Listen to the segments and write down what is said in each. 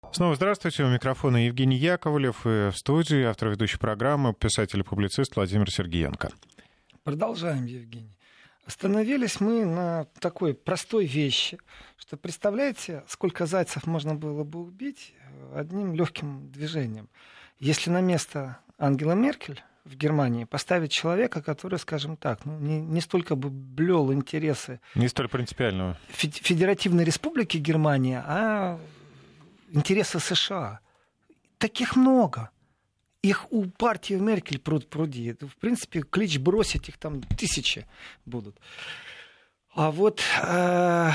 Снова здравствуйте. У микрофона Евгений Яковлев. И в студии автор ведущей программы, писатель и публицист Владимир Сергиенко. Продолжаем, Евгений. Остановились мы на такой простой вещи, что представляете, сколько зайцев можно было бы убить одним легким движением. Если на место Ангелы Меркель в Германии поставить человека, который, скажем так, не столько бы блел интересы... Не столь принципиального. Федеративной Республики Германия, а интересы США. Таких много. Их у партии Меркель пруди. В принципе, клич бросить, их там тысячи будут. А вот в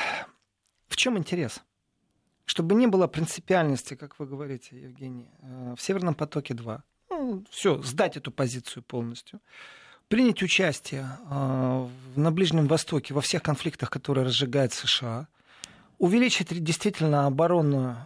чем интерес? Чтобы не было принципиальности, как вы говорите, Евгений, в «Северном потоке-2». Все, сдать эту позицию полностью. Принять участие на Ближнем Востоке во всех конфликтах, которые разжигает США. Увеличить действительно оборонную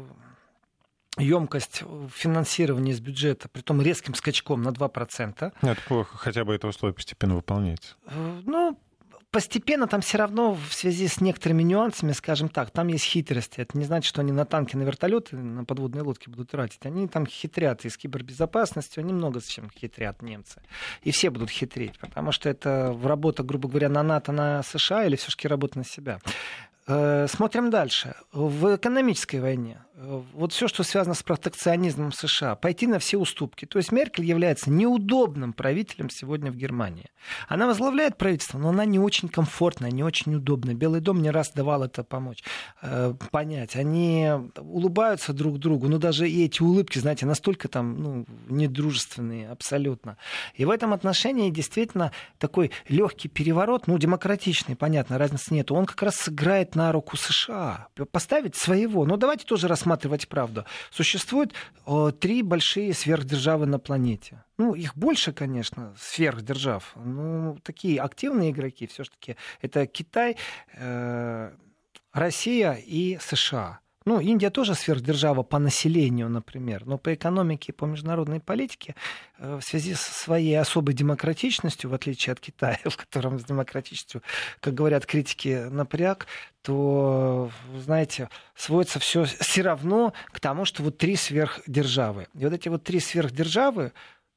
емкость финансирования из бюджета, притом резким скачком на 2%. Это плохо, хотя бы это условие постепенно выполняется. Постепенно там все равно в связи с некоторыми нюансами, скажем так, там есть хитрости. Это не значит, что они на танки, на вертолеты, на подводные лодки будут тратить. Они там хитрят и с кибербезопасностью, они много с чем хитрят немцы. И все будут хитрить, потому что это работа, грубо говоря, на НАТО, на США или все-таки работа на себя. Смотрим дальше. В экономической войне вот все, что связано с протекционизмом США, пойти на все уступки. То есть Меркель является неудобным правителем сегодня в Германии. Она возглавляет правительство, но она не очень комфортная, не очень удобная. Белый дом не раз давал это понять. Они улыбаются друг другу, но даже и эти улыбки, знаете, настолько там недружественные абсолютно. И в этом отношении действительно такой легкий переворот, демократичный, понятно, разницы нет. Он как раз сыграет на руку США. Поставить своего. Но давайте тоже рассматривать правду. Существует 3 большие сверхдержавы на планете. Их больше, конечно, сверхдержав. Такие активные игроки все-таки это Китай, Россия и США. Индия тоже сверхдержава по населению, например, но по экономике и по международной политике в связи со своей особой демократичностью, в отличие от Китая, в котором с демократичностью, как говорят критики, напряг, то, знаете, сводится все равно к тому, что 3 сверхдержавы. И эти 3 сверхдержавы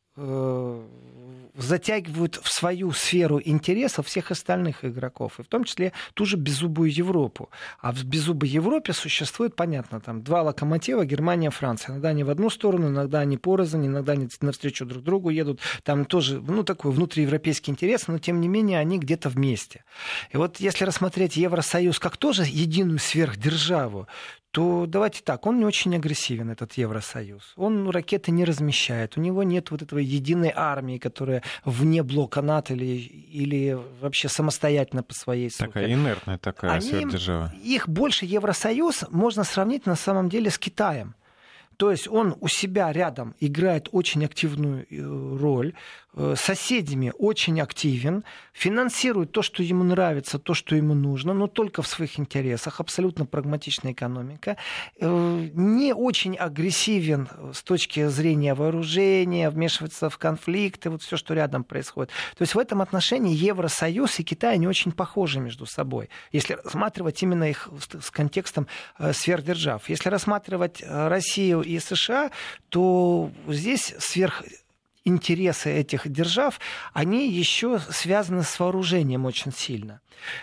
затягивают в свою сферу интересов всех остальных игроков, и в том числе ту же беззубую Европу. А в беззубой Европе существует, понятно, там 2 локомотива, Германия, Франция. Иногда они в одну сторону, иногда они порознь, иногда они навстречу друг другу едут. Там тоже, такой внутриевропейский интерес, но тем не менее они где-то вместе. И вот если рассмотреть Евросоюз как тоже единую сверхдержаву, то давайте так, он не очень агрессивен, этот Евросоюз. Он ракеты не размещает, у него нет этой единой армии, которая вне блока НАТО или вообще самостоятельно по своей сути. Такая инертная сверхдержава. Их больше Евросоюз можно сравнить на самом деле с Китаем. То есть он у себя рядом играет очень активную роль, с соседями очень активен, финансирует то, что ему нравится, то, что ему нужно, но только в своих интересах, абсолютно прагматичная экономика, не очень агрессивен с точки зрения вооружения, вмешивается в конфликты, все, что рядом происходит. То есть в этом отношении Евросоюз и Китай не очень похожи между собой, если рассматривать именно их с контекстом сверхдержав. Если рассматривать Россию и США, то здесь интересы этих держав, они еще связаны с вооружением очень сильно.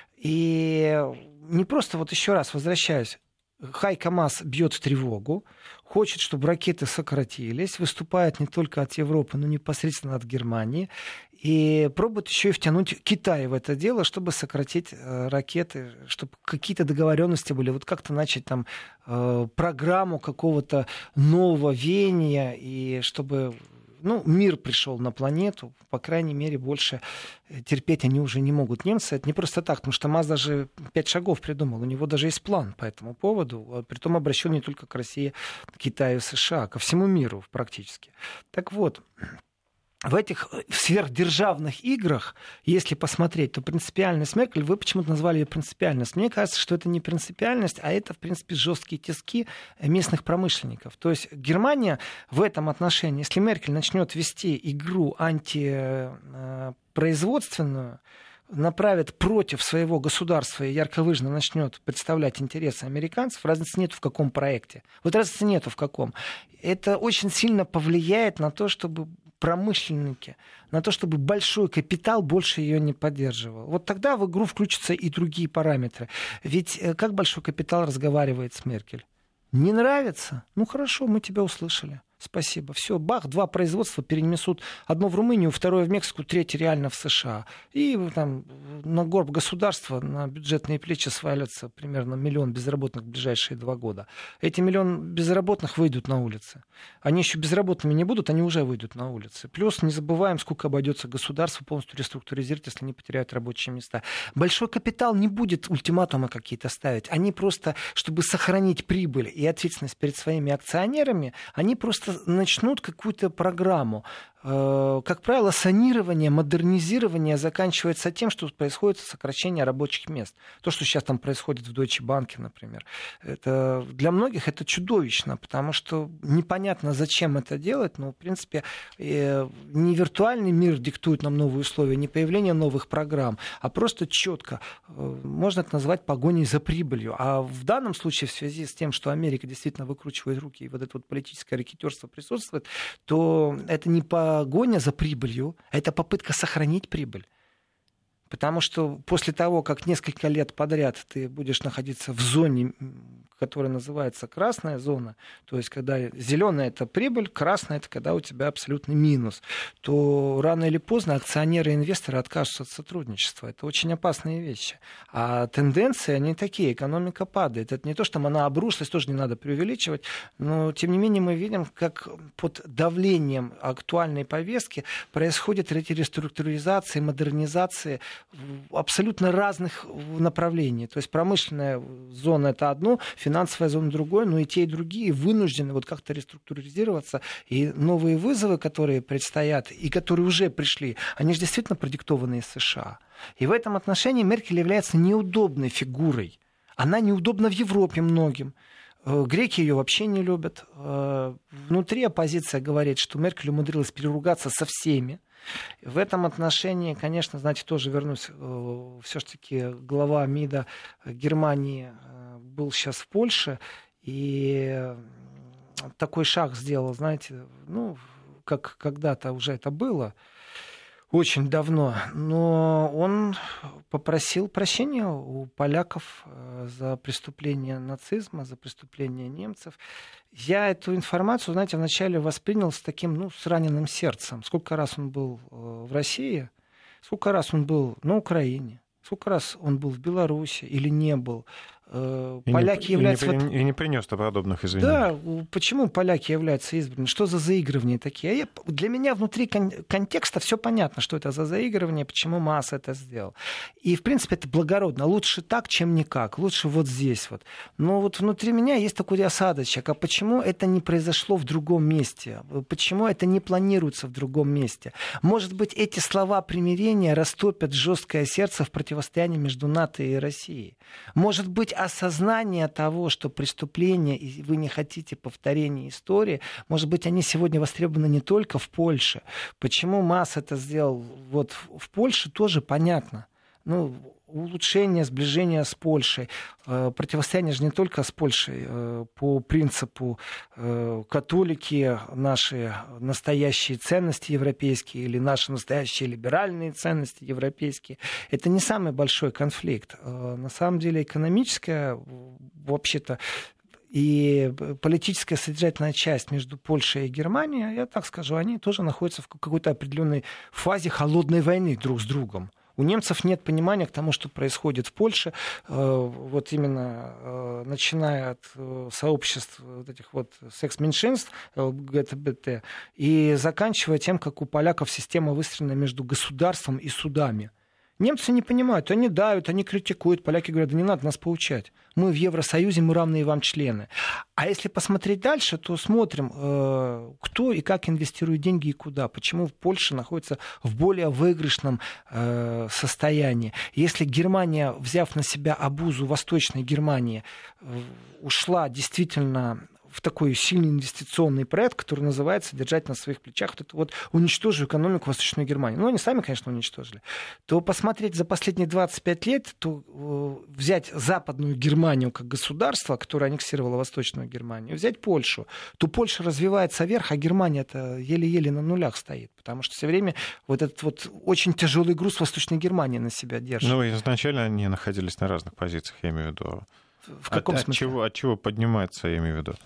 И не просто, еще раз возвращаюсь, Хайко Маас бьет в тревогу, хочет, чтобы ракеты сократились, выступает не только от Европы, но непосредственно от Германии, и пробует еще и втянуть Китай в это дело, чтобы сократить ракеты, чтобы какие-то договоренности были, как-то начать там программу какого-то нового веяния, и чтобы мир пришел на планету, по крайней мере, больше терпеть они уже не могут. Немцы это не просто так, потому что МАЗ даже 5 шагов придумал, у него даже есть план по этому поводу, притом обращен не только к России, Китаю, США, ко всему миру практически. Так вот, в этих сверхдержавных играх, если посмотреть, то принципиальность Меркель, вы почему-то назвали ее принципиальность. Мне кажется, что это не принципиальность, а это, в принципе, жесткие тиски местных промышленников. То есть Германия в этом отношении, если Меркель начнет вести игру антипроизводственную, направит против своего государства и ярко выраженно начнет представлять интересы американцев, разницы нету в каком проекте. Вот разницы нету в каком. Это очень сильно повлияет на то, чтобы промышленники, на то, чтобы большой капитал больше ее не поддерживал. Вот тогда в игру включатся и другие параметры. Ведь как большой капитал разговаривает с Меркель? Не нравится? Ну хорошо, мы тебя услышали. Спасибо. Все, бах, 2 производства перенесут. Одно в Румынию, второе в Мексику, третье реально в США. И там на горб государства, на бюджетные плечи свалятся примерно 1 миллион безработных в ближайшие 2 года. Эти 1 миллион безработных выйдут на улицы. Они еще безработными не будут, они уже выйдут на улицы. Плюс не забываем, сколько обойдется государство полностью реструктуризировать, если они потеряют рабочие места. Большой капитал не будет ультиматумы какие-то ставить. Они просто, чтобы сохранить прибыль и ответственность перед своими акционерами, они просто начнут какую-то программу. Как правило, санирование, модернизирование заканчивается тем, что происходит сокращение рабочих мест. То, что сейчас там происходит в Deutsche Bank, например. Это, для многих это чудовищно, потому что непонятно, зачем это делать. Но, в принципе, не виртуальный мир диктует нам новые условия, не появление новых программ, а просто четко. Можно это назвать погоней за прибылью. А в данном случае, в связи с тем, что Америка действительно выкручивает руки, и вот это вот политическое рекетёрство присутствует, то это не погоня за прибылью, это попытка сохранить прибыль. Потому что после того, как несколько лет подряд ты будешь находиться в зоне, которая называется красная зона, то есть когда зеленая это прибыль, красная это когда у тебя абсолютный минус, то рано или поздно акционеры и инвесторы откажутся от сотрудничества. Это очень опасные вещи. А тенденции, они такие, экономика падает. Это не то, что она обрушилась, тоже не надо преувеличивать, но тем не менее мы видим, как под давлением актуальной повестки происходят эти реструктуризации, модернизации абсолютно разных направлений. То есть промышленная зона это одно, финансовая зона другое, но и те, и другие вынуждены вот как-то реструктуризироваться. И новые вызовы, которые предстоят, и которые уже пришли, они же действительно продиктованы из США. И в этом отношении Меркель является неудобной фигурой. Она неудобна в Европе многим. Греки ее вообще не любят. Внутри оппозиция говорит, что Меркель умудрилась переругаться со всеми. В этом отношении, конечно, знаете, тоже вернусь, все-таки глава МИДа Германии был сейчас в Польше, и такой шаг сделал, знаете, ну, как когда-то уже это было, очень давно, но он попросил прощения у поляков за преступление нацизма, за преступление немцев. Я эту информацию, знаете, вначале воспринял с таким, ну, с раненым сердцем. Сколько раз он был в России, сколько раз он был на Украине, сколько раз он был в Беларуси или не был. Поляки являются... И не принес-то подобных извинений. Да, почему поляки являются избранными? Что за заигрывания такие? Для меня внутри контекста все понятно, что это за заигрывание, почему Маас это сделал. И, в принципе, это благородно. Лучше так, чем никак. Лучше вот здесь вот. Но вот внутри меня есть такой осадочек. А почему это не произошло в другом месте? Почему это не планируется в другом месте? Может быть, эти слова примирения растопят жесткое сердце в противостоянии между НАТО и Россией? Может быть, осознание того, что преступления, и вы не хотите повторения истории, может быть, они сегодня востребованы не только в Польше. Почему Маас это сделал вот в Польше, тоже понятно. Ну, улучшение, сближение с Польшей. Противостояние же не только с Польшей. По принципу католики, наши настоящие ценности европейские или наши настоящие либеральные ценности европейские. Это не самый большой конфликт. На самом деле экономическая, вообще-то, и политическая содержательная часть между Польшей и Германией, я так скажу, они тоже находятся в какой-то определенной фазе холодной войны друг с другом. У немцев нет понимания к тому, что происходит в Польше, вот именно начиная от сообществ вот этих вот секс-меньшинств, ЛГБТ, и заканчивая тем, как у поляков система выстроена между государством и судами. Немцы не понимают, они давят, они критикуют. Поляки говорят, да не надо нас поучать. Мы в Евросоюзе, мы равные вам члены. А если посмотреть дальше, то смотрим, кто и как инвестирует деньги и куда. Почему Польша находится в более выигрышном состоянии. Если Германия, взяв на себя обузу Восточной Германии, ушла действительно в такой сильный инвестиционный проект, который называется «Держать на своих плечах вот эту вот уничтожу экономику Восточной Германии». Ну, они сами, конечно, уничтожили. То посмотреть за последние 25 лет, то взять Западную Германию как государство, которое аннексировало Восточную Германию, взять Польшу, то Польша развивается вверх, а Германия-то еле-еле на нулях стоит. Потому что все время вот этот вот очень тяжелый груз Восточной Германии на себя держит. Ну, изначально они находились на разных позициях, я имею в виду. В каком смысле? От чего поднимается, я имею в виду?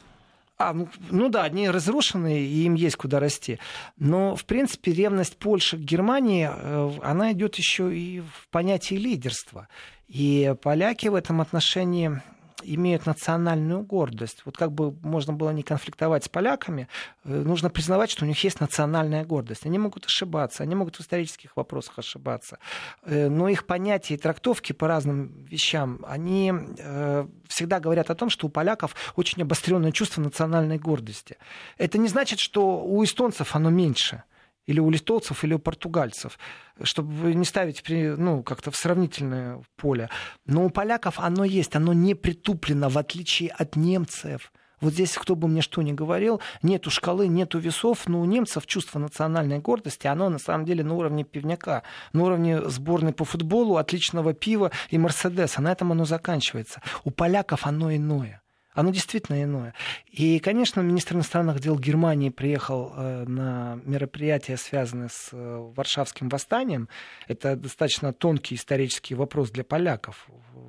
Ну да, они разрушенные, и им есть куда расти. Но, в принципе, ревность Польши к Германии, она идет еще и в понятии лидерства. И поляки в этом отношении имеют национальную гордость. Вот как бы можно было не конфликтовать с поляками, нужно признавать, что у них есть национальная гордость. Они могут ошибаться, они могут в исторических вопросах ошибаться. Но их понятия и трактовки по разным вещам, они всегда говорят о том, что у поляков очень обостренное чувство национальной гордости. Это не значит, что у эстонцев оно меньше. Или у литовцев, или у португальцев, чтобы не ставить как-то в сравнительное поле. Но у поляков оно есть, оно не притуплено, в отличие от немцев. Вот здесь, кто бы мне что ни говорил, нету шкалы, нету весов, но у немцев чувство национальной гордости, оно на самом деле на уровне пивняка, на уровне сборной по футболу, отличного пива и Мерседеса. На этом оно заканчивается. У поляков оно иное. Оно действительно иное. И, конечно, министр иностранных дел Германии приехал на мероприятие, связанное с Варшавским восстанием. Это достаточно тонкий исторический вопрос для поляков.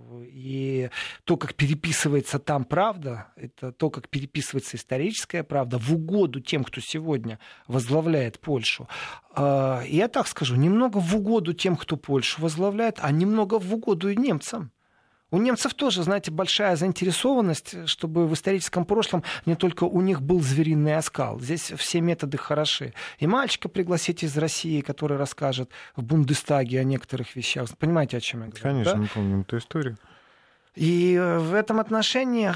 И то, как переписывается там правда, это то, как переписывается историческая правда в угоду тем, кто сегодня возглавляет Польшу. Я так скажу, немного в угоду тем, кто Польшу возглавляет, а немного в угоду и немцам. У немцев тоже, знаете, большая заинтересованность, чтобы в историческом прошлом не только у них был звериный оскал. Здесь все методы хороши. И мальчика пригласить из России, который расскажет в Бундестаге о некоторых вещах. Понимаете, о чем я говорю? Конечно, да? мы помним эту историю. И в этом отношении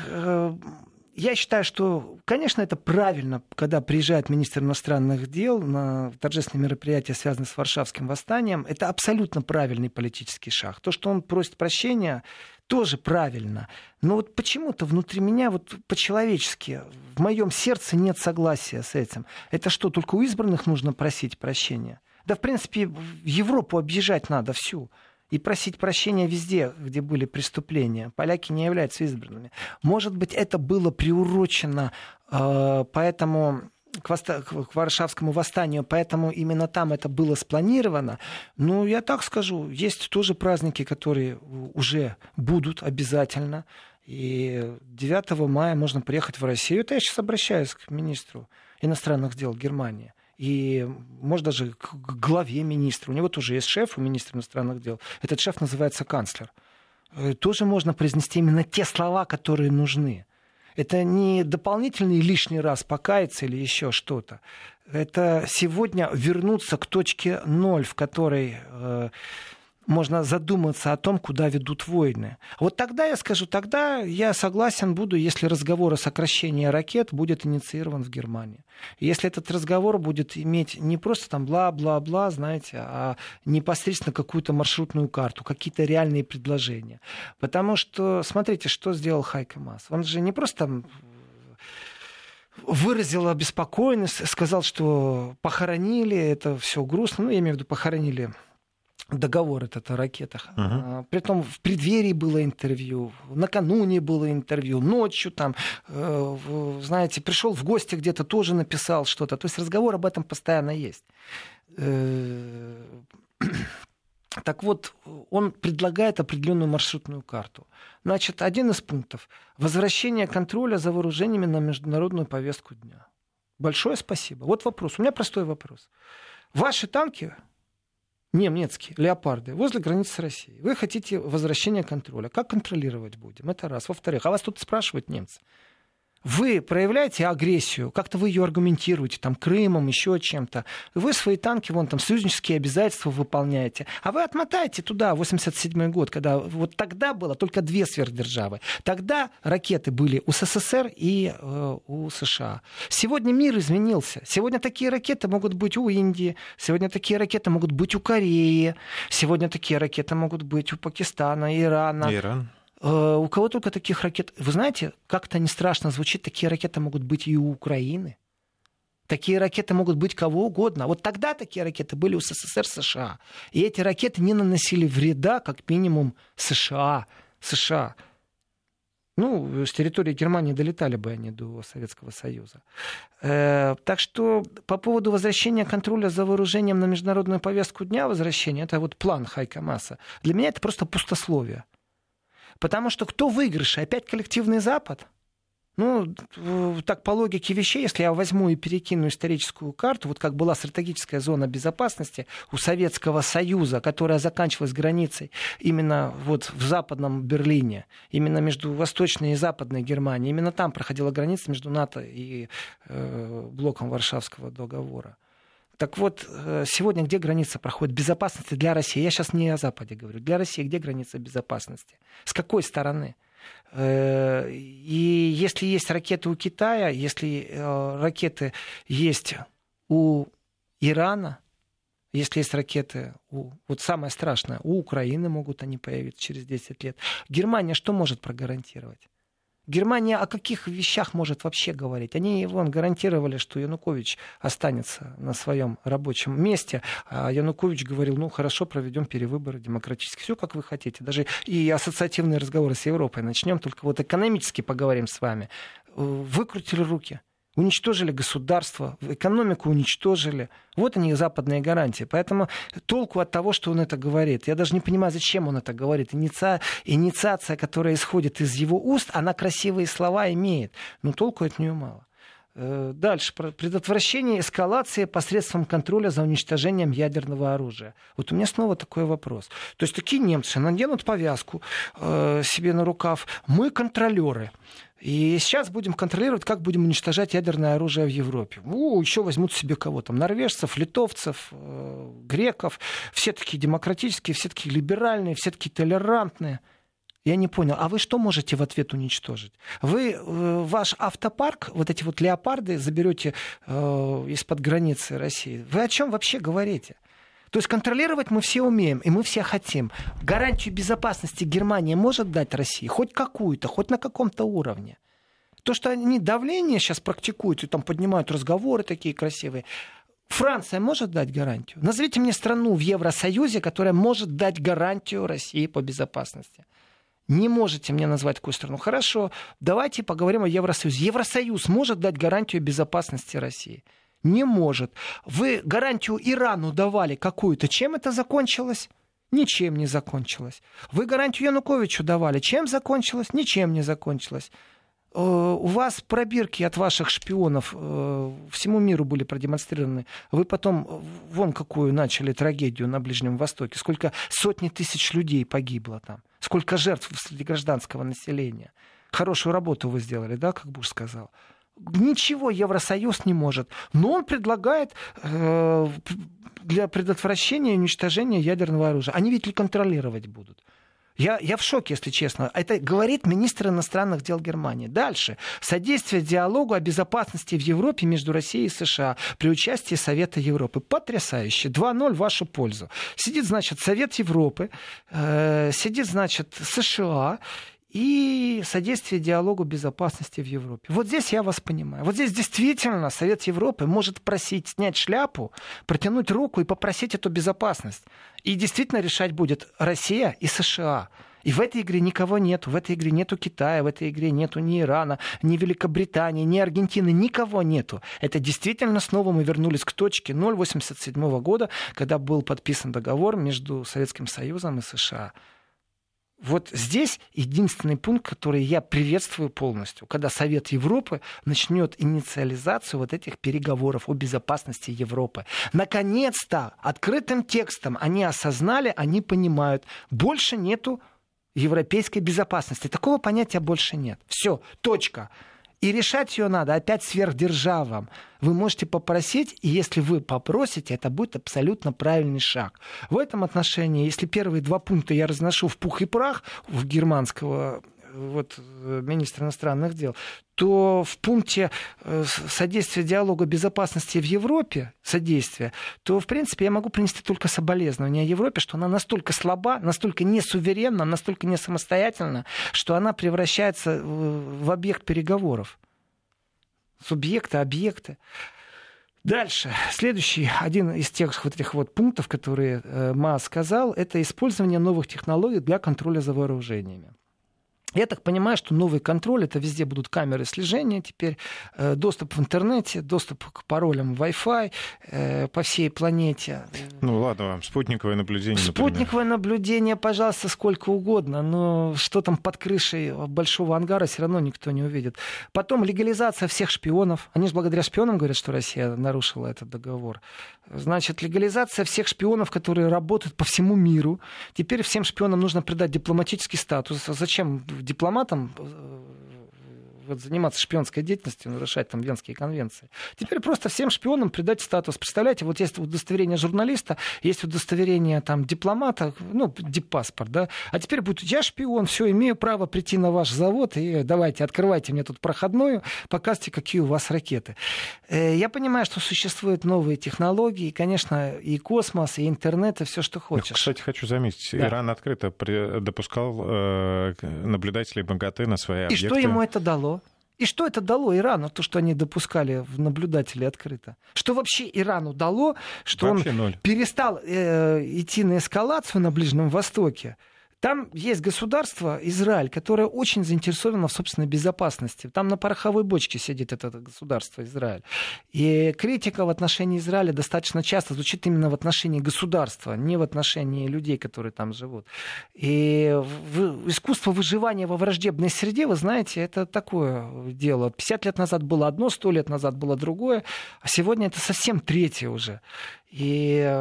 я считаю, что, конечно, это правильно, когда приезжает министр иностранных дел на торжественные мероприятия, связанные с Варшавским восстанием. Это абсолютно правильный политический шаг. То, что он просит прощения, тоже правильно. Но вот почему-то внутри меня, вот по-человечески, в моем сердце нет согласия с этим. Это что, только у избранных нужно просить прощения? Да, в принципе, Европу объезжать надо всю. И просить прощения везде, где были преступления. Поляки не являются избранными. Может быть, это было приурочено поэтому к Варшавскому восстанию, поэтому именно там это было спланировано. Но я так скажу, есть тоже праздники, которые уже будут обязательно. И 9 мая можно приехать в Россию. Это я сейчас обращаюсь к министру иностранных дел Германии. И, может, даже к главе министра. У него тоже есть шеф, у министра иностранных дел. Этот шеф называется канцлер. Тоже можно произнести именно те слова, которые нужны. Это не дополнительный лишний раз покаяться или еще что-то. Это сегодня вернуться к точке ноль, в которой можно задуматься о том, куда ведут войны. Вот тогда я скажу, тогда я согласен буду, если разговор о сокращении ракет будет инициирован в Германии. И если этот разговор будет иметь не просто там бла-бла-бла, знаете, а непосредственно какую-то маршрутную карту, какие-то реальные предложения. Потому что, смотрите, что сделал Хайко Маас. Он же не просто там выразил обеспокоенность, сказал, что похоронили, это все грустно, ну, я имею в виду, похоронили договор этот о ракетах. Притом в преддверии было интервью, накануне было интервью, ночью там, знаете, пришел в гости где-то, тоже написал что-то. То есть разговор об этом постоянно есть. Так вот, он предлагает определенную маршрутную карту. Значит, один из пунктов – возвращение контроля за вооружениями на международную повестку дня. Большое спасибо. Вот вопрос. У меня простой вопрос. Ваши танки, немецкие, леопарды, возле границы с Россией. Вы хотите возвращения контроля. Как контролировать будем? Это раз. Во-вторых, а вас тут спрашивают немцы. Вы проявляете агрессию, как-то вы ее аргументируете, там, Крымом, еще чем-то. Вы свои танки, вон там, союзнические обязательства выполняете. А вы отмотаете туда, 87 год, когда вот тогда было только две сверхдержавы. Тогда ракеты были у СССР и у США. Сегодня мир изменился. Сегодня такие ракеты могут быть у Индии, сегодня такие ракеты могут быть у Кореи, сегодня такие ракеты могут быть у Пакистана, Ирана. У кого только таких ракет... Вы знаете, как-то не страшно звучит, такие ракеты могут быть и у Украины. Такие ракеты могут быть кого угодно. Вот тогда такие ракеты были у СССР, США. И эти ракеты не наносили вреда, как минимум, США. Ну, с территории Германии долетали бы они до Советского Союза. Так что по поводу возвращения контроля за вооружением на международную повестку дня возвращения, это вот план Хайка Мааса, для меня это просто пустословие. Потому что кто выигрыш? Опять коллективный Запад? Ну, так по логике вещей, если я возьму и перекину историческую карту, вот как была стратегическая зона безопасности у Советского Союза, которая заканчивалась границей именно вот в Западном Берлине, именно между Восточной и Западной Германией, именно там проходила граница между НАТО и блоком Варшавского договора. Так вот, сегодня где граница проходит безопасности для России? Я сейчас не о Западе говорю. Для России где граница безопасности? С какой стороны? И если есть ракеты у Китая, если ракеты есть у Ирана, если есть ракеты, вот самое страшное, у Украины могут они появиться через 10 лет. Германия что может прогарантировать? Германия о каких вещах может вообще говорить? Они вон гарантировали, что Янукович останется на своем рабочем месте. А Янукович говорил, ну хорошо, проведем перевыборы демократические. Все как вы хотите. Даже и ассоциативные разговоры с Европой начнем. Только вот экономически поговорим с вами. Выкрутили руки. Уничтожили государство, экономику уничтожили. Вот они, западные гарантии. Поэтому толку от того, что он это говорит. Я даже не понимаю, зачем он это говорит. Инициация, которая исходит из его уст, она красивые слова имеет. Но толку от нее мало. Дальше. Предотвращение эскалации посредством контроля за уничтожением ядерного оружия. Вот у меня снова такой вопрос. То есть такие немцы наденут повязку себе на рукав. Мы контролеры. И сейчас будем контролировать, как будем уничтожать ядерное оружие в Европе. Еще возьмут себе кого там, норвежцев, литовцев, греков. Все такие демократические, все такие либеральные, все такие толерантные. Я не понял, а вы что можете в ответ уничтожить? Вы ваш автопарк, вот эти вот леопарды заберете из-под границы России. Вы о чем вообще говорите? То есть контролировать мы все умеем, и мы все хотим. Гарантию безопасности Германия может дать России хоть какую-то, хоть на каком-то уровне. То, что они давление сейчас практикуют и там поднимают разговоры такие красивые, Франция может дать гарантию? Назовите мне страну в Евросоюзе, которая может дать гарантию России по безопасности. Не можете мне назвать такую страну. Хорошо, давайте поговорим о Евросоюзе. Евросоюз может дать гарантию безопасности России? Не может. Вы гарантию Ирану давали какую-то. Чем это закончилось? Ничем не закончилось. Вы гарантию Януковичу давали. Чем закончилось? Ничем не закончилось. У вас пробирки от ваших шпионов всему миру были продемонстрированы. Вы потом вон какую начали трагедию на Ближнем Востоке. Сколько сотни тысяч людей погибло там. Сколько жертв среди гражданского населения. Хорошую работу вы сделали, да, как Буш сказал. Ничего Евросоюз не может. Но он предлагает для предотвращения и уничтожения ядерного оружия. Они ведь ли контролировать будут? Я в шоке, если честно. Это говорит министр иностранных дел Германии. Дальше. Содействие диалогу о безопасности в Европе между Россией и США при участии Совета Европы. Потрясающе. 2-0 в вашу пользу. Сидит, значит, Совет Европы, сидит, значит, США и содействие диалогу безопасности в Европе. Вот здесь я вас понимаю. Вот здесь действительно Совет Европы может просить снять шляпу, протянуть руку и попросить эту безопасность. И действительно решать будет Россия и США. И в этой игре никого нет. В этой игре нету Китая, в этой игре нету ни Ирана, ни Великобритании, ни Аргентины. Никого нету. Это действительно снова мы вернулись к точке 1987 года, когда был подписан договор между Советским Союзом и США. Вот здесь единственный пункт, который я приветствую полностью, когда Совет Европы начнет инициализацию вот этих переговоров о безопасности Европы. Наконец-то открытым текстом они осознали, они понимают, больше нету европейской безопасности. Такого понятия больше нет. Все, точка. И решать ее надо опять сверхдержавам. Вы можете попросить, и если вы попросите, это будет абсолютно правильный шаг. В этом отношении, если первые 2 пункта я разношу в пух и прах в германского вот, министр иностранных дел, то в пункте содействия диалога безопасности в Европе, то, в принципе, я могу принести только соболезнования Европе, что она настолько слаба, настолько несуверенна, настолько не самостоятельна, что она превращается в объект переговоров. Субъекты, объекты. Дальше. Следующий, один из тех вот этих вот пунктов, которые МА сказал, это использование новых технологий для контроля за вооружениями. Я так понимаю, что новый контроль, это везде будут камеры слежения теперь, доступ в интернете, доступ к паролям Wi-Fi по всей планете. Ну ладно вам, спутниковое наблюдение, Спутниковое наблюдение, пожалуйста, сколько угодно, но что там под крышей большого ангара, все равно никто не увидит. Потом легализация всех шпионов. Они же благодаря шпионам говорят, что Россия нарушила этот договор. Значит, легализация всех шпионов, которые работают по всему миру. Теперь всем шпионам нужно придать дипломатический статус. Зачем дипломатам вот, заниматься шпионской деятельностью, нарушать там Венские конвенции? Теперь просто всем шпионам придать статус. Представляете, вот есть удостоверение журналиста, есть удостоверение там дипломата, ну, диппаспорт, да, а теперь будет, я шпион, все, имею право прийти на ваш завод и давайте, открывайте мне тут проходную, показывайте, какие у вас ракеты. Я понимаю, что существуют новые технологии, конечно, и космос, и интернет, и все, что хочешь. Кстати, хочу заметить, да. Иран открыто допускал наблюдателей МАГАТЭ на свои объекты. И что ему это дало? И что это дало Ирану, то, что они допускали в наблюдатели открыто? Что вообще Ирану дало, что вообще он перестал идти на эскалацию на Ближнем Востоке? Там есть государство, Израиль, которое очень заинтересовано в собственной безопасности. Там на пороховой бочке сидит это государство, Израиль. И критика в отношении Израиля достаточно часто звучит именно в отношении государства, не в отношении людей, которые там живут. И искусство выживания во враждебной среде, вы знаете, это такое дело. 50 лет назад было одно, 100 лет назад было другое, а сегодня это совсем третье уже. И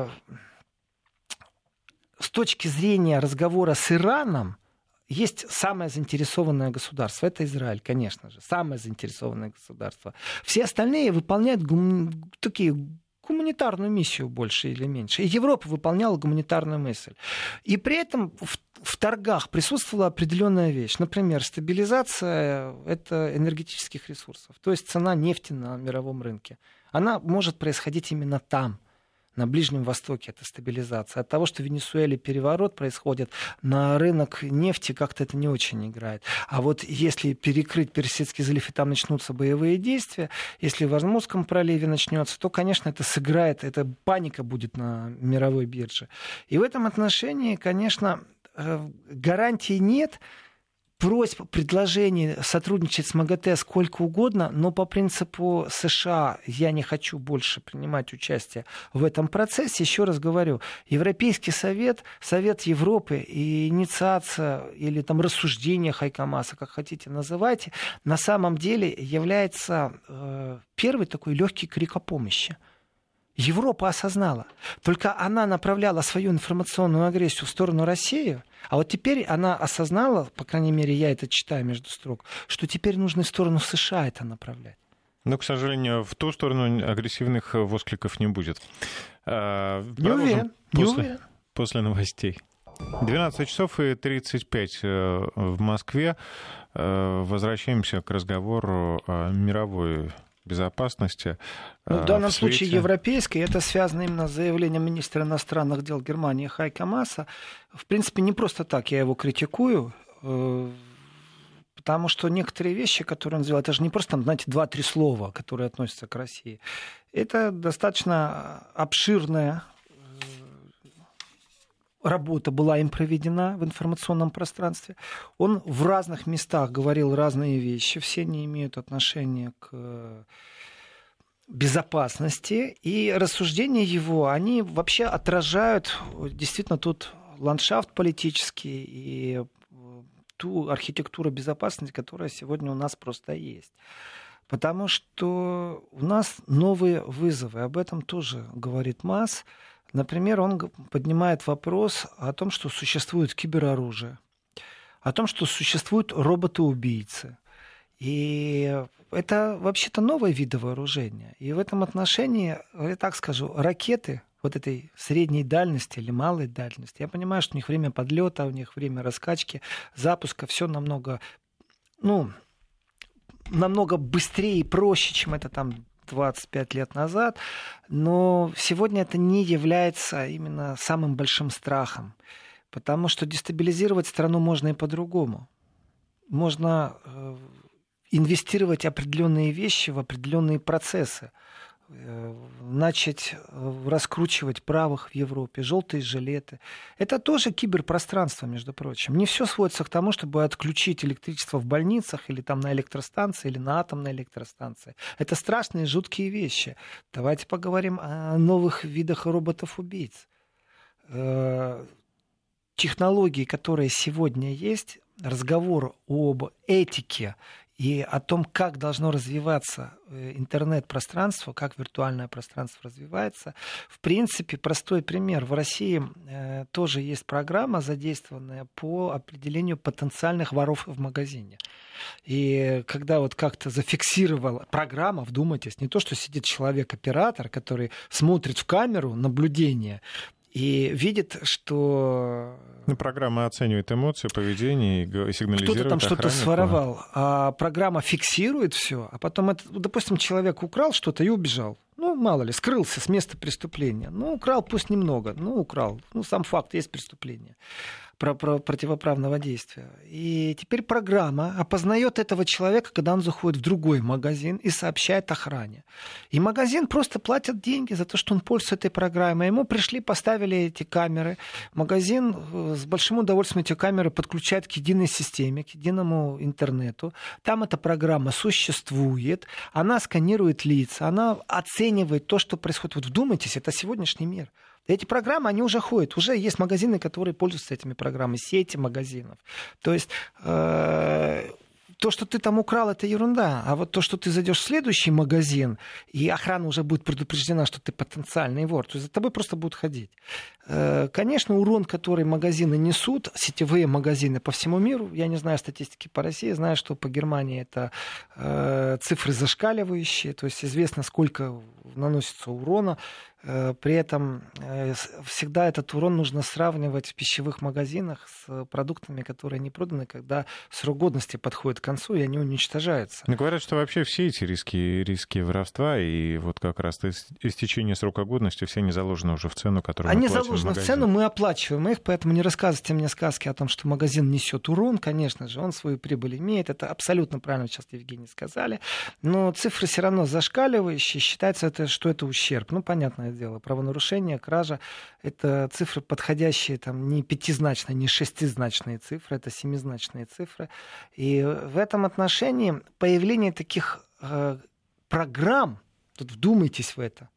с точки зрения разговора с Ираном, есть самое заинтересованное государство. Это Израиль, конечно же. Самое заинтересованное государство. Все остальные выполняют гуманитарную миссию больше или меньше. И Европа выполняла гуманитарную мысль. И при этом в торгах присутствовала определенная вещь. Например, стабилизация энергетических ресурсов. То есть цена нефти на мировом рынке. Она может происходить именно там. На Ближнем Востоке это стабилизация. От того, что в Венесуэле переворот происходит, на рынок нефти как-то это не очень играет. А вот если перекрыть Персидский залив, и там начнутся боевые действия, если в Ормузском проливе начнется, то, конечно, это сыграет, это паника будет на мировой бирже. И в этом отношении, конечно, гарантий нет. Просьб, предложений сотрудничать с МАГАТЭ сколько угодно, но по принципу США я не хочу больше принимать участие в этом процессе. Еще раз говорю, Европейский Совет, Совет Европы и инициация или там рассуждение Хайкомаса, как хотите называйте, на самом деле является первый такой легкий крик о помощи. Европа осознала. Только она направляла свою информационную агрессию в сторону России, а вот теперь она осознала, по крайней мере, я это читаю между строк, что теперь нужно в сторону США это направлять. Но, к сожалению, в ту сторону агрессивных воскликов не будет. Не уверен. После новостей. 12 часов и 35 в Москве. Возвращаемся к разговору о мировой безопасности. В данном случае европейской, это связано именно с заявлением министра иностранных дел Германии Хайко Мааса. В принципе, не просто так я его критикую, потому что некоторые вещи, которые он сделал, это же не просто, знаете, 2-3 слова, которые относятся к России. Это достаточно обширная работа была им проведена в информационном пространстве. Он в разных местах говорил разные вещи, все не имеют отношения к безопасности. И рассуждения его, они вообще отражают действительно тот ландшафт политический и ту архитектуру безопасности, которая сегодня у нас просто есть. Потому что у нас новые вызовы. Об этом тоже говорит МАС. Например, он поднимает вопрос о том, что существует кибероружие, о том, что существуют роботы-убийцы. И это вообще-то новые виды вооружения. И в этом отношении, я так скажу, ракеты вот этой средней дальности или малой дальности, я понимаю, что у них время подлета, у них время раскачки, запуска, все намного намного быстрее и проще, чем это там 25 лет назад, но сегодня это не является именно самым большим страхом, потому что дестабилизировать страну можно и по-другому. Можно инвестировать определенные вещи в определенные процессы, начать раскручивать правых в Европе, желтые жилеты. Это тоже киберпространство, между прочим. Не все сводится к тому, чтобы отключить электричество в больницах или там на электростанции, или на атомной электростанции. Это страшные, жуткие вещи. Давайте поговорим о новых видах роботов-убийц. Технологии, которые сегодня есть, разговор об этике и о том, как должно развиваться интернет-пространство, как виртуальное пространство развивается. В принципе, простой пример. В России тоже есть программа, задействованная по определению потенциальных воров в магазине. И когда вот как-то зафиксировала программа, вдумайтесь, не то, что сидит человек-оператор, который смотрит в камеру наблюдения, и видит, что... Программа оценивает эмоции, поведение и сигнализирует кто-то там что-то охраннику. своровал, а программа фиксирует все, а потом, допустим, человек украл что-то и убежал. Мало ли, скрылся с места преступления. Украл, пусть немного, украл. Сам факт, есть преступление противоправного действия. И теперь программа опознает этого человека, когда он заходит в другой магазин и сообщает охране. И магазин просто платит деньги за то, что он пользуется этой программой. Ему пришли, поставили эти камеры. Магазин с большим удовольствием эти камеры подключает к единой системе, к единому интернету. Там эта программа существует. Она сканирует лица, она оценивает то, что происходит. Вот вдумайтесь, это сегодняшний мир. Эти программы, они уже ходят. Уже есть магазины, которые пользуются этими программами, сети магазинов. То есть то, что ты там украл, это ерунда. А вот то, что ты зайдешь в следующий магазин, и охрана уже будет предупреждена, что ты потенциальный вор, то есть за тобой просто будут ходить. Конечно, урон, который магазины несут, сетевые магазины по всему миру, я не знаю статистики по России, знаю, что по Германии это цифры зашкаливающие, то есть известно, сколько наносится урона. При этом всегда этот урон нужно сравнивать в пищевых магазинах с продуктами, которые не проданы, когда срок годности подходит к концу, и они уничтожаются. Говорят, что вообще все эти риски воровства и вот как раз истечение срока годности, все они заложены уже в цену, которую мы платим в магазине. Они заложены в цену, мы оплачиваем их, поэтому не рассказывайте мне сказки о том, что магазин несет урон. Конечно же, он свою прибыль имеет. Это абсолютно правильно сейчас Евгений сказали. Но цифры все равно зашкаливающие. Считается, что это ущерб. Понятное дело, правонарушение, кража — это цифры, подходящие там, не пятизначные, не шестизначные цифры, это семизначные цифры. И в этом отношении появление таких программ, тут вдумайтесь в это,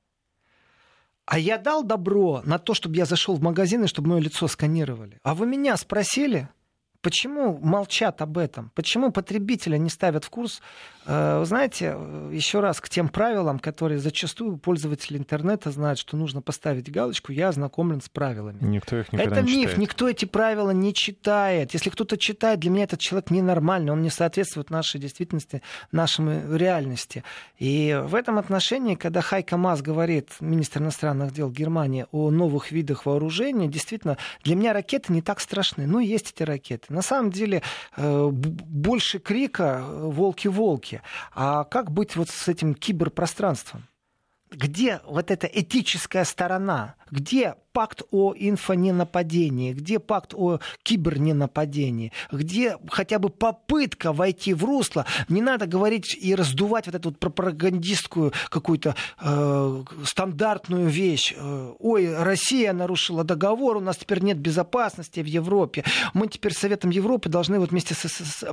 а я дал добро на то, чтобы я зашел в магазин и чтобы мое лицо сканировали. А вы меня спросили? Почему молчат об этом? Почему потребителя не ставят в курс? Знаете, еще раз к тем правилам, которые зачастую пользователи интернета знают, что нужно поставить галочку «Я ознакомлен с правилами». Никто их никогда не читает. Это миф, читает. Никто эти правила не читает. Если кто-то читает, для меня этот человек ненормальный, он не соответствует нашей действительности, нашей реальности. И в этом отношении, когда Хайко Маас говорит, министр иностранных дел Германии, о новых видах вооружения, действительно, для меня ракеты не так страшны. Есть эти ракеты. На самом деле больше крика «волки-волки». А как быть вот с этим киберпространством? Где вот эта этическая сторона? Где пакт о инфоненападении? Где пакт о киберненападении? Где хотя бы попытка войти в русло? Не надо говорить и раздувать вот эту вот пропагандистскую какую-то стандартную вещь. Ой, Россия нарушила договор, у нас теперь нет безопасности в Европе. Мы теперь Советом Европы должны вот вместе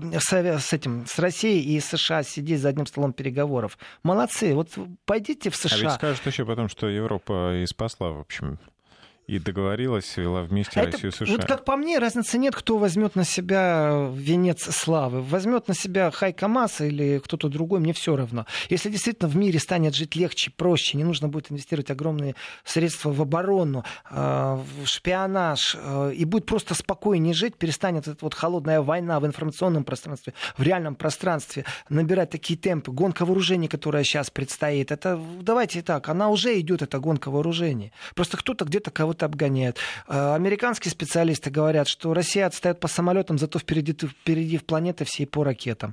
с Россией и США сидеть за одним столом переговоров. Молодцы. Вот пойдите в США. А ведь скажут еще потом, что Европа и спасла, в общем, и договорилась, вела вместе Россию и США. Вот как по мне, разницы нет, кто возьмет на себя венец славы. Возьмет на себя Хайко Маас или кто-то другой, мне все равно. Если действительно в мире станет жить легче, проще, не нужно будет инвестировать огромные средства в оборону, в шпионаж, и будет просто спокойнее жить, перестанет эта вот холодная война в информационном пространстве, в реальном пространстве набирать такие темпы. Гонка вооружений, которая сейчас предстоит, это, давайте так, она уже идет, эта гонка вооружений. Просто кто-то где-то кого-то кого-то обгоняют. Американские специалисты говорят, что Россия отстает по самолетам, зато впереди в планеты всей по ракетам.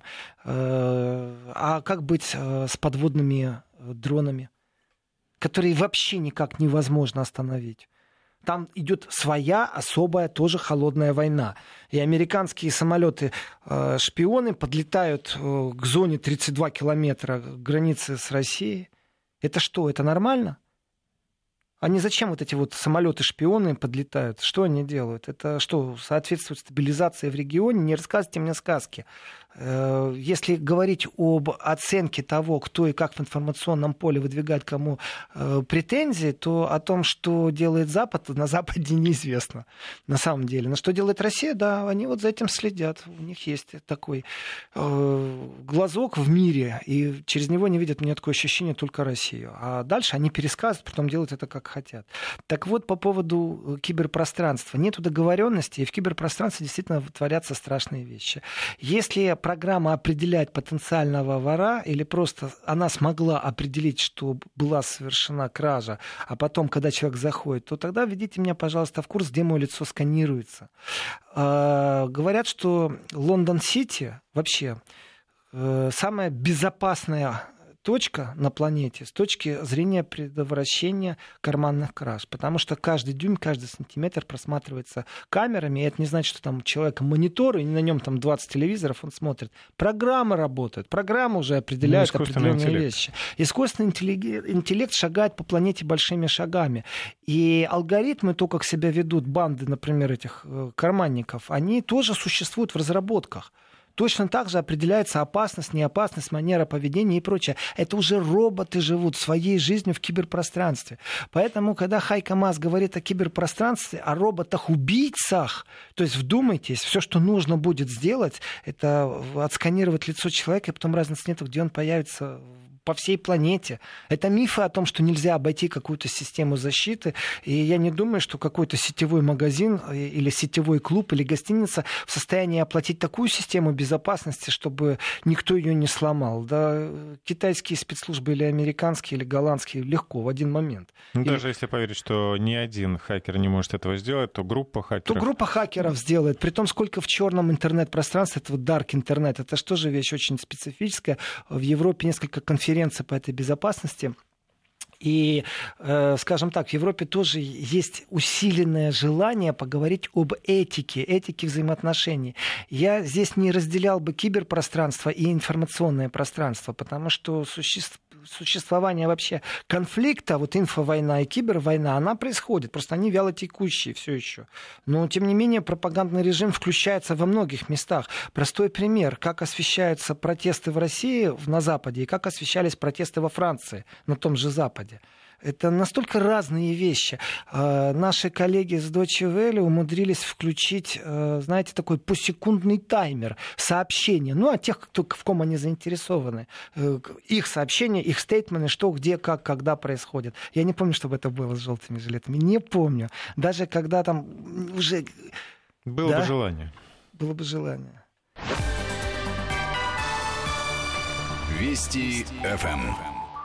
А как быть с подводными дронами, которые вообще никак невозможно остановить? Там идет своя особая, тоже холодная война. И американские самолеты-шпионы подлетают к зоне 32 километра границы с Россией. Это что, это нормально? Они зачем вот эти вот самолеты-шпионы подлетают? Что они делают? Это что, соответствует стабилизации в регионе? Не рассказывайте мне сказки. Если говорить об оценке того, кто и как в информационном поле выдвигает кому претензии, то о том, что делает Запад, на Западе неизвестно на самом деле. Но что делает Россия, да, они вот за этим следят. У них есть такой глазок в мире, и через него не видят, у меня такое ощущение, только Россию. А дальше они пересказывают, потом делают это как хотят. Так вот, по поводу киберпространства. Нету договоренности, и в киберпространстве действительно творятся страшные вещи. Если программа определяет потенциального вора, или просто она смогла определить, что была совершена кража, а потом, когда человек заходит, то тогда введите меня, пожалуйста, в курс, где мое лицо сканируется. Говорят, что Лондон-Сити вообще самая безопасная точка на планете с точки зрения предотвращения карманных краж. Потому что каждый дюйм, каждый сантиметр просматривается камерами. И это не значит, что там у человека монитор, и на нем там 20 телевизоров, он смотрит. Программы работают. Программы уже определяют определенные вещи. Искусственный интеллект шагает по планете большими шагами. И алгоритмы, то, как себя ведут банды, например, этих карманников, они тоже существуют в разработках. Точно так же определяется опасность, неопасность, манера поведения и прочее. Это уже роботы живут своей жизнью в киберпространстве. Поэтому, когда Хайко Маас говорит о киберпространстве, о роботах-убийцах, то есть вдумайтесь, все, что нужно будет сделать, это отсканировать лицо человека, и потом разницы нет, где он появится по всей планете. Это мифы о том, что нельзя обойти какую-то систему защиты. И я не думаю, что какой-то сетевой магазин или сетевой клуб или гостиница в состоянии оплатить такую систему безопасности, чтобы никто ее не сломал. Да, китайские спецслужбы или американские, или голландские легко в один момент. Даже если поверить, что ни один хакер не может этого сделать, то группа хакеров... То группа хакеров сделает. При том, сколько в черном интернет-пространстве, это вот dark интернет, это же тоже вещь очень специфическая. В Европе несколько конференций по этой безопасности. И, скажем так, в Европе тоже есть усиленное желание поговорить об этике взаимоотношений. Я здесь не разделял бы киберпространство и информационное пространство, потому что существование вообще конфликта, вот инфовойна и кибервойна, она происходит, просто они вялотекущие все еще. Но, тем не менее, пропагандный режим включается во многих местах. Простой пример, как освещаются протесты в России на Западе и как освещались протесты во Франции на том же Западе. Это настолько разные вещи. Наши коллеги с Deutsche Welle умудрились включить, знаете, такой посекундный таймер сообщения. Ну, о тех, в ком они заинтересованы. Их сообщения, их стейтменты, что, где, как, когда происходит. Я не помню, чтобы это было с желтыми жилетами. Не помню. Даже когда там уже... Было бы желание. Было бы желание. Вести ФМ.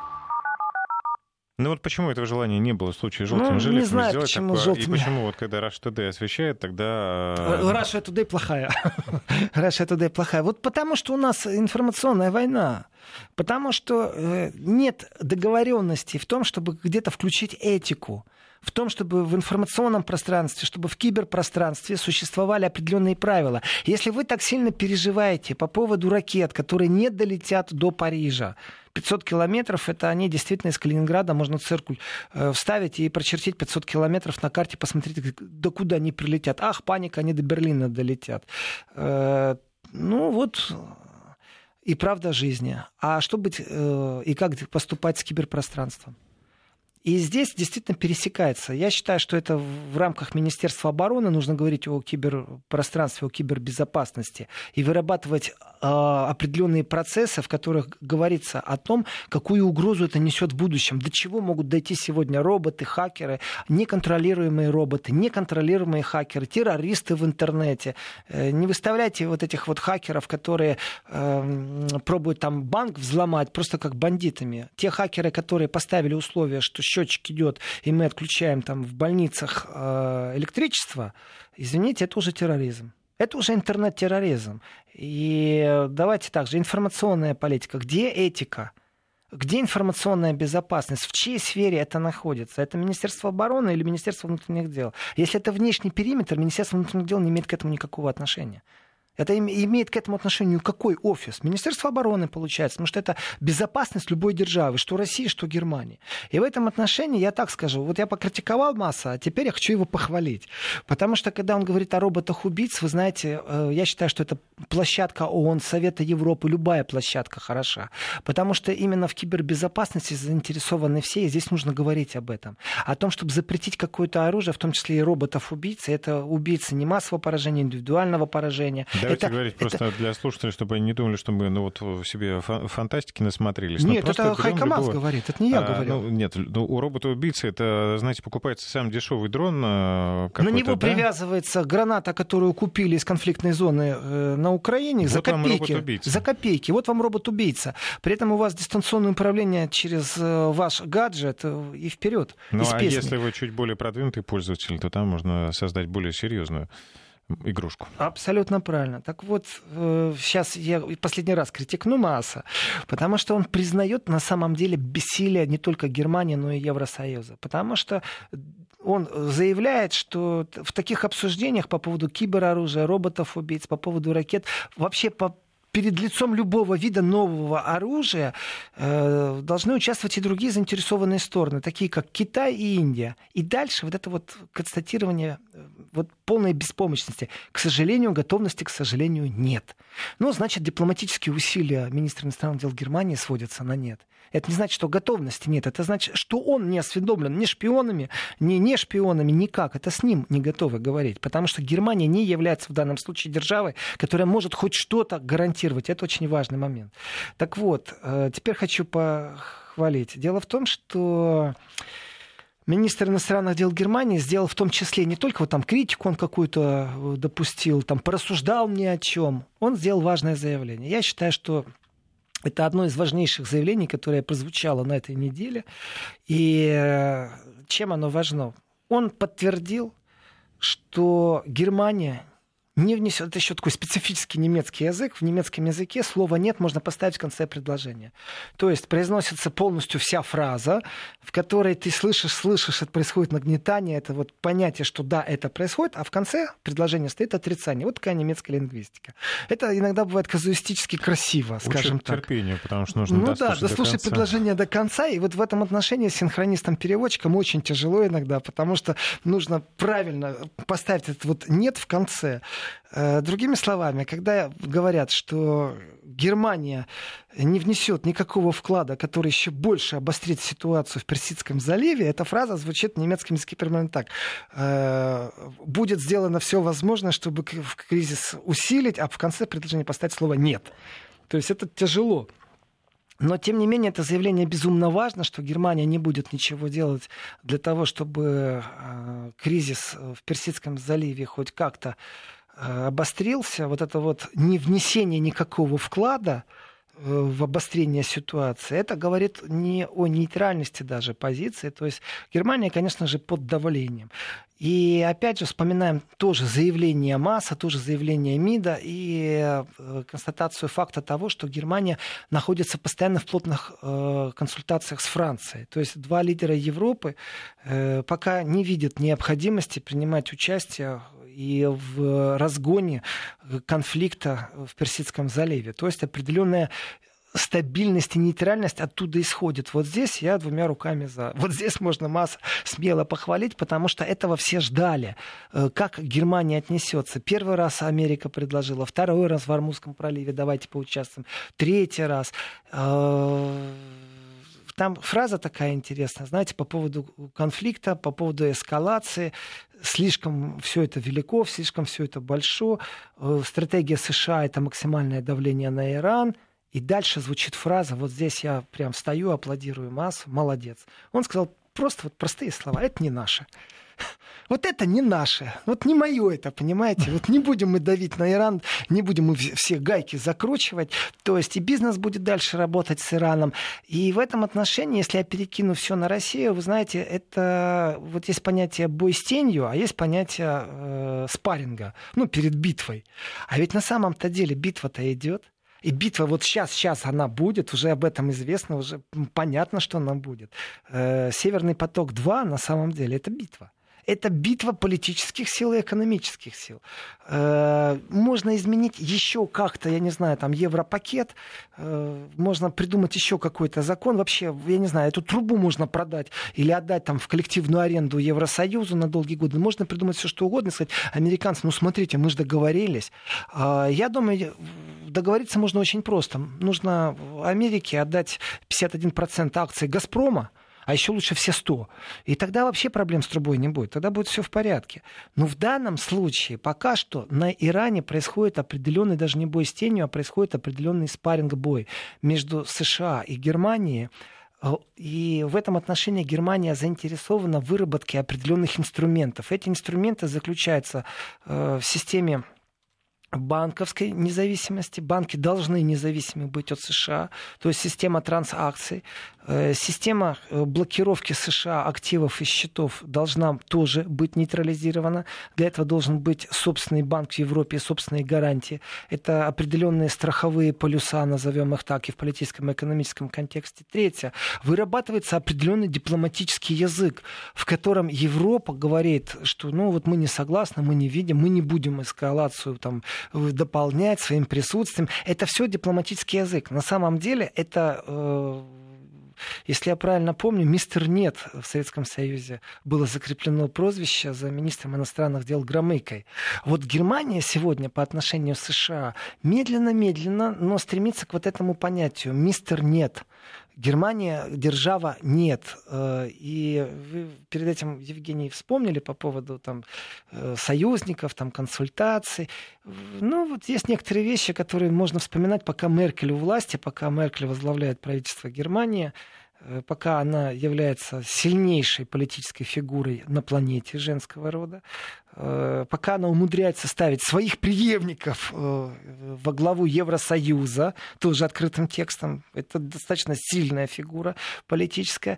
Ну вот почему этого желания не было в случае с желтыми жилетами? Не знаю, почему такое, желтыми. И почему вот когда Russia Today освещает, тогда... Russia Today плохая. Russia Today плохая. Вот потому что у нас информационная война. Потому что нет договоренности в том, чтобы где-то включить этику. В том, чтобы в информационном пространстве, чтобы в киберпространстве существовали определенные правила. Если вы так сильно переживаете по поводу ракет, которые не долетят до Парижа, 500 километров, это они действительно из Калининграда, можно циркуль вставить и прочертить 500 километров на карте, посмотреть, до куда они прилетят. Ах, паника, они до Берлина долетят. Ну вот... И правда жизни. А что быть и как поступать с киберпространством? И здесь действительно пересекается. Я считаю, что это в рамках Министерства обороны нужно говорить о киберпространстве, о кибербезопасности и вырабатывать определенные процессы, в которых говорится о том, какую угрозу это несет в будущем, до чего могут дойти сегодня роботы, хакеры, неконтролируемые роботы, неконтролируемые хакеры, террористы в интернете. Не выставляйте вот этих вот хакеров, которые пробуют там банк взломать, просто как бандитами. Те хакеры, которые поставили условия, что счетчик идет, и мы отключаем там в больницах электричество, извините, это уже терроризм. Это уже интернет-терроризм. И давайте так же, информационная политика. Где этика? Где информационная безопасность? В чьей сфере это находится? Это Министерство обороны или Министерство внутренних дел? Если это внешний периметр, Министерство внутренних дел не имеет к этому никакого отношения. Это имеет к этому отношение какой офис? Министерство обороны, получается, потому что это безопасность любой державы, что России, что Германии. И в этом отношении я так скажу, вот я покритиковал Масса, а теперь я хочу его похвалить. Потому что, когда он говорит о роботах-убийц, вы знаете, я считаю, что это площадка ООН, Совета Европы, любая площадка хороша. Потому что именно в кибербезопасности заинтересованы все, и здесь нужно говорить об этом. О том, чтобы запретить какое-то оружие, в том числе и роботов-убийц, это убийцы не массового поражения, индивидуального поражения. Давайте говорить просто для слушателей, чтобы они не думали, что мы в себе фантастики насмотрелись. Нет, это Хайко Масс говорит, это не я говорю. Нет, у робота-убийцы это, знаете, покупается самый дешевый дрон. На него привязывается граната, которую купили из конфликтной зоны на Украине вот за копейки. За копейки. Вот вам робот-убийца. При этом у вас дистанционное управление через ваш гаджет и вперед. Ну, а если вы чуть более продвинутый пользователь, то там можно создать более серьезную игрушку. Абсолютно правильно. Так вот, сейчас я последний раз критикну Масса, потому что он признает на самом деле бессилие не только Германии, но и Евросоюза. Потому что он заявляет, что в таких обсуждениях по поводу кибероружия, роботов-убийц, по поводу ракет, вообще перед лицом любого вида нового оружия должны участвовать и другие заинтересованные стороны, такие как Китай и Индия. И дальше вот это вот констатирование полной беспомощности. К сожалению, готовности, к сожалению, нет. Ну, значит, дипломатические усилия министра иностранных дел Германии сводятся на нет. Это не значит, что готовности нет. Это значит, что он не осведомлен ни шпионами, ни не шпионами, никак. Это с ним не готовы говорить. Потому что Германия не является в данном случае державой, которая может хоть что-то гарантировать. Это очень важный момент. Так вот, теперь хочу похвалить. Дело в том, что министр иностранных дел Германии сделал в том числе не только вот там критику он какую-то допустил, там порассуждал ни о чем. Он сделал важное заявление. Я считаю, что это одно из важнейших заявлений, которое прозвучало на этой неделе. И чем оно важно? Он подтвердил, что Германия не внесет, это еще такой специфический немецкий язык. В немецком языке слово «нет» можно поставить в конце предложения. То есть произносится полностью вся фраза, в которой ты слышишь, это происходит нагнетание, это вот понятие, что да, это происходит, а в конце предложения стоит отрицание. Вот такая немецкая лингвистика. Это иногда бывает казуистически красиво, скажем Учит так. терпению, потому что нужно дослушать предложение до конца. И вот в этом отношении синхронистам-переводчикам очень тяжело иногда, потому что нужно правильно поставить это вот «нет» в конце. Другими словами, когда говорят, что Германия не внесет никакого вклада, который еще больше обострит ситуацию в Персидском заливе, эта фраза звучит в немецком языке примерно так. Будет сделано все возможное, чтобы кризис усилить, а в конце предложения поставить слово «нет». То есть это тяжело. Но, тем не менее, это заявление безумно важно, что Германия не будет ничего делать для того, чтобы кризис в Персидском заливе хоть как-то обострился. Вот это вот невнесение никакого вклада в обострение ситуации, это говорит не о нейтральности даже позиции. То есть Германия, конечно же, под давлением. И опять же вспоминаем тоже заявление Масса, тоже заявление МИДа и констатацию факта того, что Германия находится постоянно в плотных консультациях с Францией. То есть два лидера Европы пока не видят необходимости принимать участие и в разгоне конфликта в Персидском заливе. То есть определенная стабильность и нейтральность оттуда исходит. Вот здесь я двумя руками за. Вот здесь можно Масса смело похвалить, потому что этого все ждали. Как Германия отнесется. Первый раз Америка предложила, второй раз в Ормузском проливе давайте поучаствуем, третий раз. Там фраза такая интересная, знаете, по поводу конфликта, по поводу эскалации. Слишком все это велико, слишком все это большое. Стратегия США — это максимальное давление на Иран. И дальше звучит фраза, вот здесь я прям встаю, аплодирую Массу, молодец. Он сказал просто вот простые слова, это не наше. Вот это не наше, вот не мое это, понимаете? Вот не будем мы давить на Иран, не будем мы все гайки закручивать. То есть и бизнес будет дальше работать с Ираном. И в этом отношении, если я перекину все на Россию, вы знаете, это вот есть понятие бой с тенью, а есть понятие спарринга, перед битвой. А ведь на самом-то деле битва-то идет. И битва вот сейчас она будет, уже об этом известно, уже понятно, что она будет. Северный поток-2 на самом деле это битва. Это битва политических сил и экономических сил. Можно изменить еще как-то, я не знаю, там европакет, можно придумать еще какой-то закон. Вообще, я не знаю, эту трубу можно продать или отдать там в коллективную аренду Евросоюзу на долгие годы. Можно придумать все, что угодно, сказать американцам, смотрите, мы же договорились. Я думаю, договориться можно очень просто. Нужно Америке отдать 51% акций «Газпрома», а еще лучше все 100. И тогда вообще проблем с трубой не будет. Тогда будет все в порядке. Но в данном случае пока что на Иране происходит определенный, даже не бой с тенью, а происходит определенный спарринг-бой между США и Германией. И в этом отношении Германия заинтересована в выработке определенных инструментов. Эти инструменты заключаются в системе банковской независимости. Банки должны независимы быть от США. То есть система трансакций. Система блокировки США активов и счетов должна тоже быть нейтрализирована. Для этого должен быть собственный банк в Европе и собственные гарантии. Это определенные страховые полюса, назовем их так, и в политическом и экономическом контексте. Третье. Вырабатывается определенный дипломатический язык, в котором Европа говорит, что мы не согласны, мы не видим, мы не будем эскалацию дополнять своим присутствием. Это все дипломатический язык. На самом деле это... Если я правильно помню, мистер Нет в Советском Союзе было закреплено прозвище за министром иностранных дел Громыкой. Вот Германия сегодня по отношению к США медленно-медленно, но стремится к вот этому понятию мистер Нет. Германия держава нет. И вы перед этим, Евгений, вспомнили по поводу союзников, консультаций. Есть некоторые вещи, которые можно вспоминать, пока Меркель у власти, пока Меркель возглавляет правительство Германии, пока она является сильнейшей политической фигурой на планете женского рода, пока она умудряется ставить своих преемников во главу Евросоюза, тоже открытым текстом, это достаточно сильная фигура политическая,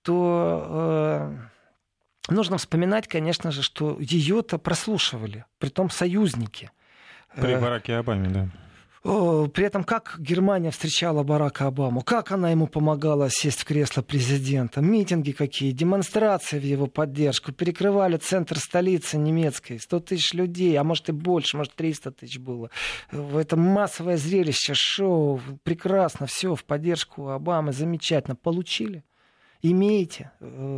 то нужно вспоминать, конечно же, что ее-то прослушивали, притом союзники. При Бараке Обаме, да. При этом, как Германия встречала Барака Обаму, как она ему помогала сесть в кресло президента, митинги какие, демонстрации в его поддержку, перекрывали центр столицы немецкой, 100 тысяч людей, а может и больше, может 300 тысяч было. Это массовое зрелище, шоу, прекрасно, все в поддержку Обамы, замечательно. Получили, имеете.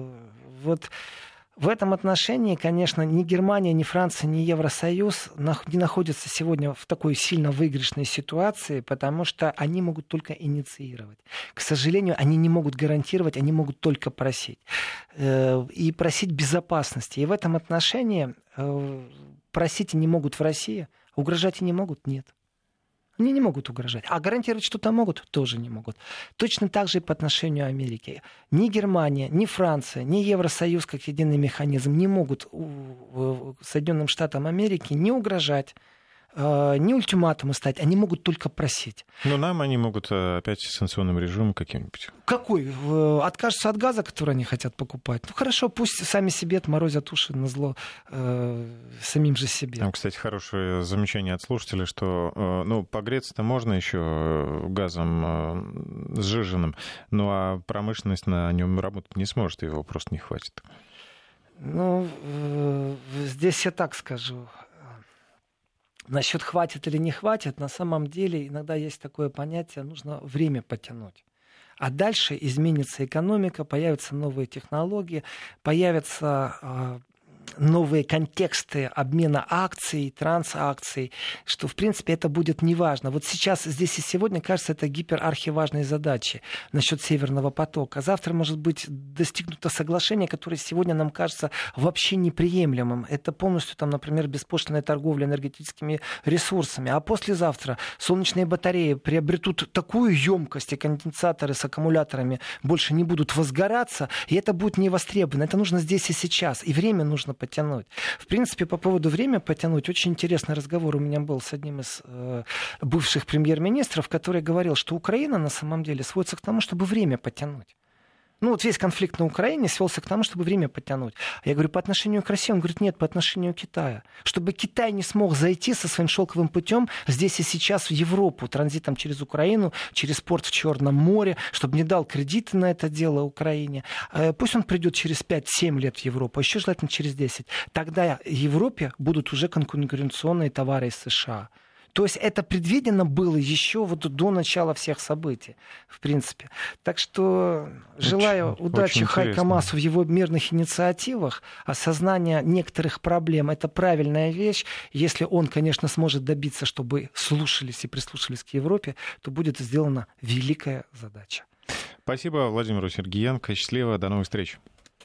В этом отношении, конечно, ни Германия, ни Франция, ни Евросоюз не находятся сегодня в такой сильно выигрышной ситуации, потому что они могут только инициировать. К сожалению, они не могут гарантировать, они могут только просить. И просить безопасности. И в этом отношении просить они могут в России, угрожать они могут? Нет. Они не могут угрожать. А гарантировать что-то могут? Тоже не могут. Точно так же и по отношению к Америке. Ни Германия, ни Франция, ни Евросоюз как единый механизм не могут Соединенным Штатам Америки не угрожать, не ультиматумы ставить, они могут только просить. Но нам они могут опять санкционным режимом каким-нибудь. Какой? Откажутся от газа, который они хотят покупать? Хорошо, пусть сами себе отморозят уши назло самим же себе. Там, кстати, хорошее замечание от слушателя, что погреться-то можно еще газом сжиженным, а промышленность на нем работать не сможет, его просто не хватит. Здесь я так скажу. Насчет хватит или не хватит, на самом деле иногда есть такое понятие, нужно время потянуть. А дальше изменится экономика, появятся новые технологии, появятся новые контексты обмена акций, трансакций, что, в принципе, это будет неважно. Вот сейчас, здесь и сегодня, кажется, это гиперархиважные задачи насчет Северного потока. Завтра, может быть, достигнуто соглашение, которое сегодня нам кажется вообще неприемлемым. Это полностью, например, беспошлинная торговля энергетическими ресурсами. А послезавтра солнечные батареи приобретут такую емкость, и конденсаторы с аккумуляторами больше не будут возгораться, и это будет не востребовано. Это нужно здесь и сейчас. И время нужно потянуть. В принципе, по поводу время потянуть, очень интересный разговор у меня был с одним из бывших премьер-министров, который говорил, что Украина на самом деле сводится к тому, чтобы время потянуть. Ну, вот весь конфликт на Украине свелся к тому, чтобы время потянуть. Я говорю, по отношению к России? Он говорит, нет, по отношению к Китаю. Чтобы Китай не смог зайти со своим шелковым путем здесь и сейчас в Европу, транзитом через Украину, через порт в Черном море, чтобы не дал кредиты на это дело Украине. Пусть он придет через 5-7 лет в Европу, а еще желательно через 10. Тогда в Европе будут уже конкуренционные товары из США. То есть это предвидено было еще вот до начала всех событий, в принципе. Так что желаю удачи Хайко Маасу в его мирных инициативах. Осознание некоторых проблем – это правильная вещь. Если он, конечно, сможет добиться, чтобы слушались и прислушались к Европе, то будет сделана великая задача. Спасибо Владимиру Сергеенко. Счастливо. До новых встреч.